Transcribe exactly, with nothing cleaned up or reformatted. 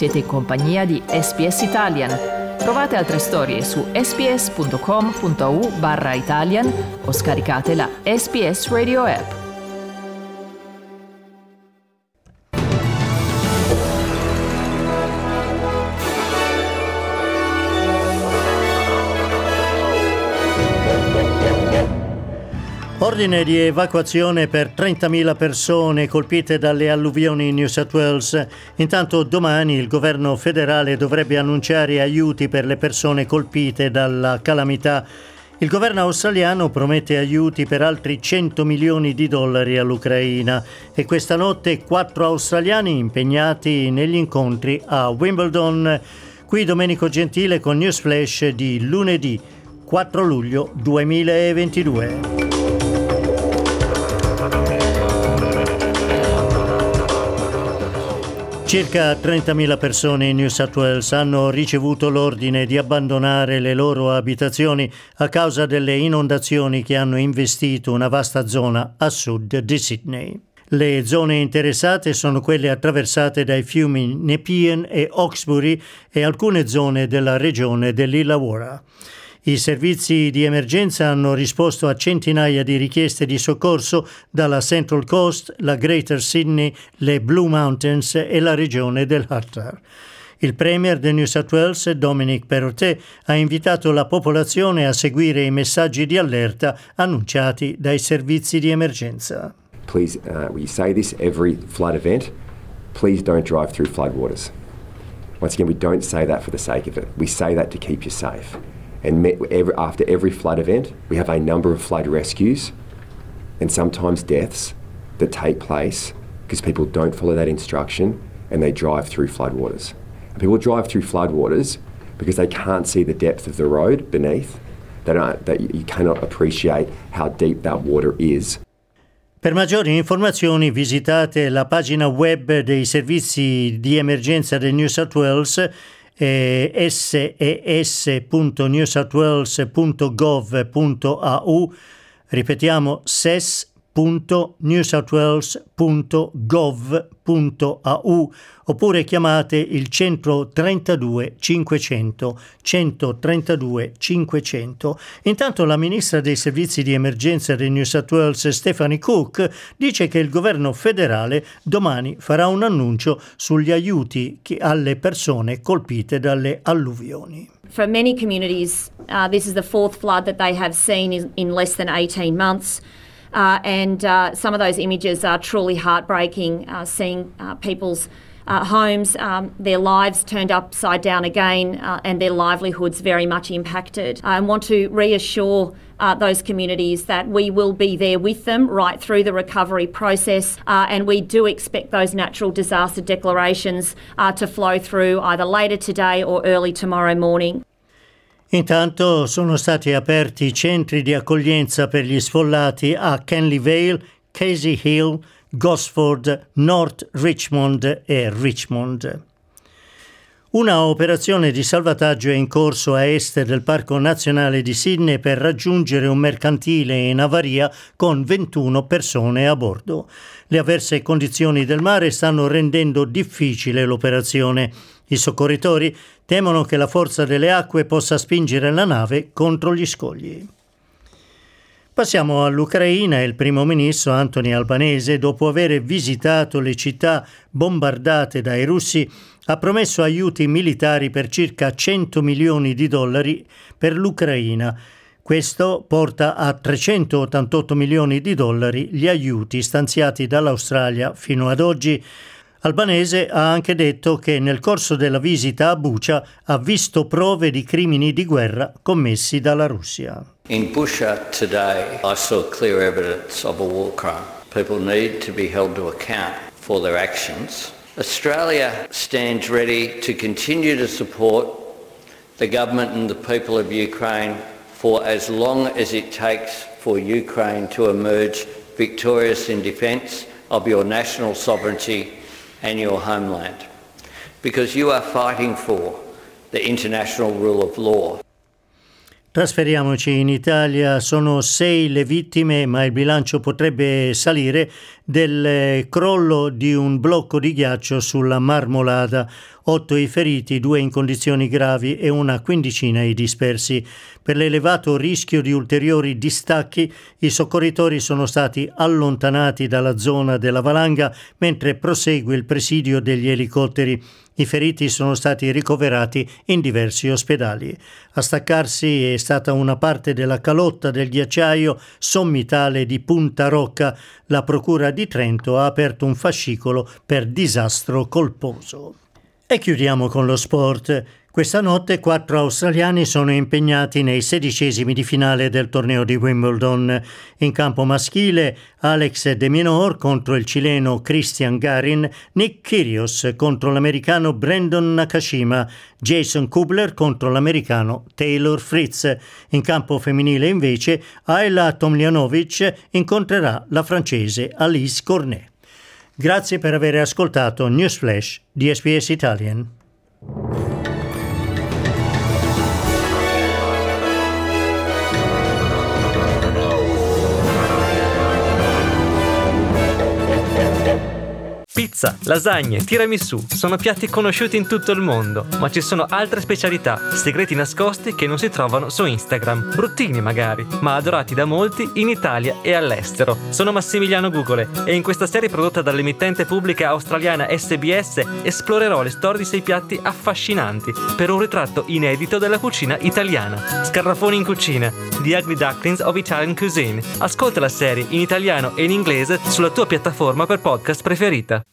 Siete in compagnia di S B S Italian. Trovate altre storie su sbs.com.au barra Italian o scaricate la S B S Radio app. Ordine di evacuazione per trentamila persone colpite dalle alluvioni in New South Wales. Intanto domani il governo federale dovrebbe annunciare aiuti per le persone colpite dalla calamità. Il governo australiano promette aiuti per altri cento milioni di dollari all'Ucraina e questa notte quattro australiani impegnati negli incontri a Wimbledon. Qui Domenico Gentile con News Flash di lunedì quattro luglio duemilaventidue. Circa trentamila persone in New South Wales hanno ricevuto l'ordine di abbandonare le loro abitazioni a causa delle inondazioni che hanno investito una vasta zona a sud di Sydney. Le zone interessate sono quelle attraversate dai fiumi Nepean e Hawkesbury e alcune zone della regione dell'Illawarra. I servizi di emergenza hanno risposto a centinaia di richieste di soccorso dalla Central Coast, la Greater Sydney, le Blue Mountains e la regione del Hattard. Il Premier di New South Wales, Dominic Perrottet, ha invitato la popolazione a seguire i messaggi di allerta annunciati dai servizi di emergenza. Please, uh, we say this every flood event, please don't drive through floodwaters. Once again, we don't say that for the sake of it. We say that to keep you safe. And every, after every flood event, we have a number of flood rescues and sometimes deaths that take place because people don't follow that instruction and they drive through floodwaters. And people drive through floodwaters because they can't see the depth of the road beneath. They don't, that you cannot appreciate how deep that water is. Per maggiori informazioni visitate la pagina web dei servizi di emergenza del New South Wales s e s punto new south wales punto gov punto a u, ripetiamo s e s punto new south wales punto gov punto a u, oppure chiamate il centotrentadue cinquecento centotrentadue cinquecento. Intanto la ministra dei servizi di emergenza di New South Wales, Stephanie Cook, dice che il governo federale domani farà un annuncio sugli aiuti alle persone colpite dalle alluvioni. For many communities, uh, this is the fourth flood that they have seen in, in less than eighteen months. Uh, and uh, some of those images are truly heartbreaking, uh, seeing uh, people's uh, homes, um, their lives turned upside down again, uh, and their livelihoods very much impacted. I want to reassure uh, those communities that we will be there with them right through the recovery process, uh, and we do expect those natural disaster declarations uh, to flow through either later today or early tomorrow morning. Intanto sono stati aperti centri di accoglienza per gli sfollati a Canley Vale, Casey Hill, Gosford, North Richmond e Richmond. Una operazione di salvataggio è in corso a est del Parco Nazionale di Sydney per raggiungere un mercantile in avaria con ventuno persone a bordo. Le avverse condizioni del mare stanno rendendo difficile l'operazione. I soccorritori temono che la forza delle acque possa spingere la nave contro gli scogli. Passiamo all'Ucraina. Il primo ministro Anthony Albanese, dopo aver visitato le città bombardate dai russi, ha promesso aiuti militari per circa cento milioni di dollari per l'Ucraina. Questo porta a trecentottantotto milioni di dollari gli aiuti stanziati dall'Australia fino ad oggi. Albanese ha anche detto che nel corso della visita a Bucha ha visto prove di crimini di guerra commessi dalla Russia. In Bucha today I saw clear evidence of a war crime. People need to be held to account for their actions. Australia stands ready to continue to support the government and the people of Ukraine for as long as it takes for Ukraine to emerge victorious in defence of your national sovereignty and your homeland, because you are fighting for the international rule of law. Trasferiamoci in Italia, sono sei le vittime, ma il bilancio potrebbe salire, del crollo di un blocco di ghiaccio sulla Marmolada. Otto i feriti, due in condizioni gravi e una quindicina i dispersi. Per l'elevato rischio di ulteriori distacchi, i soccorritori sono stati allontanati dalla zona della valanga mentre prosegue il presidio degli elicotteri. I feriti sono stati ricoverati in diversi ospedali. A staccarsi è stata una parte della calotta del ghiacciaio sommitale di Punta Rocca. La Procura di Trento ha aperto un fascicolo per disastro colposo. E chiudiamo con lo sport. Questa notte quattro australiani sono impegnati nei sedicesimi di finale del torneo di Wimbledon. In campo maschile, Alex de Minaur contro il cileno Christian Garin, Nick Kyrgios contro l'americano Brandon Nakashima, Jason Kubler contro l'americano Taylor Fritz. In campo femminile invece, Ayla Tomljanovic incontrerà la francese Alice Cornet. Grazie per aver ascoltato News Flash di S B S Italian. Pizza, lasagne, tiramisù sono piatti conosciuti in tutto il mondo, ma ci sono altre specialità, segreti nascosti che non si trovano su Instagram, bruttini magari, ma adorati da molti in Italia e all'estero. Sono Massimiliano Gugole e in questa serie prodotta dall'emittente pubblica australiana S B S esplorerò le storie di sei piatti affascinanti per un ritratto inedito della cucina italiana. Scarafoni in cucina, The Ugly Ducklings of Italian Cuisine. Ascolta la serie in italiano e in inglese sulla tua piattaforma per podcast preferita.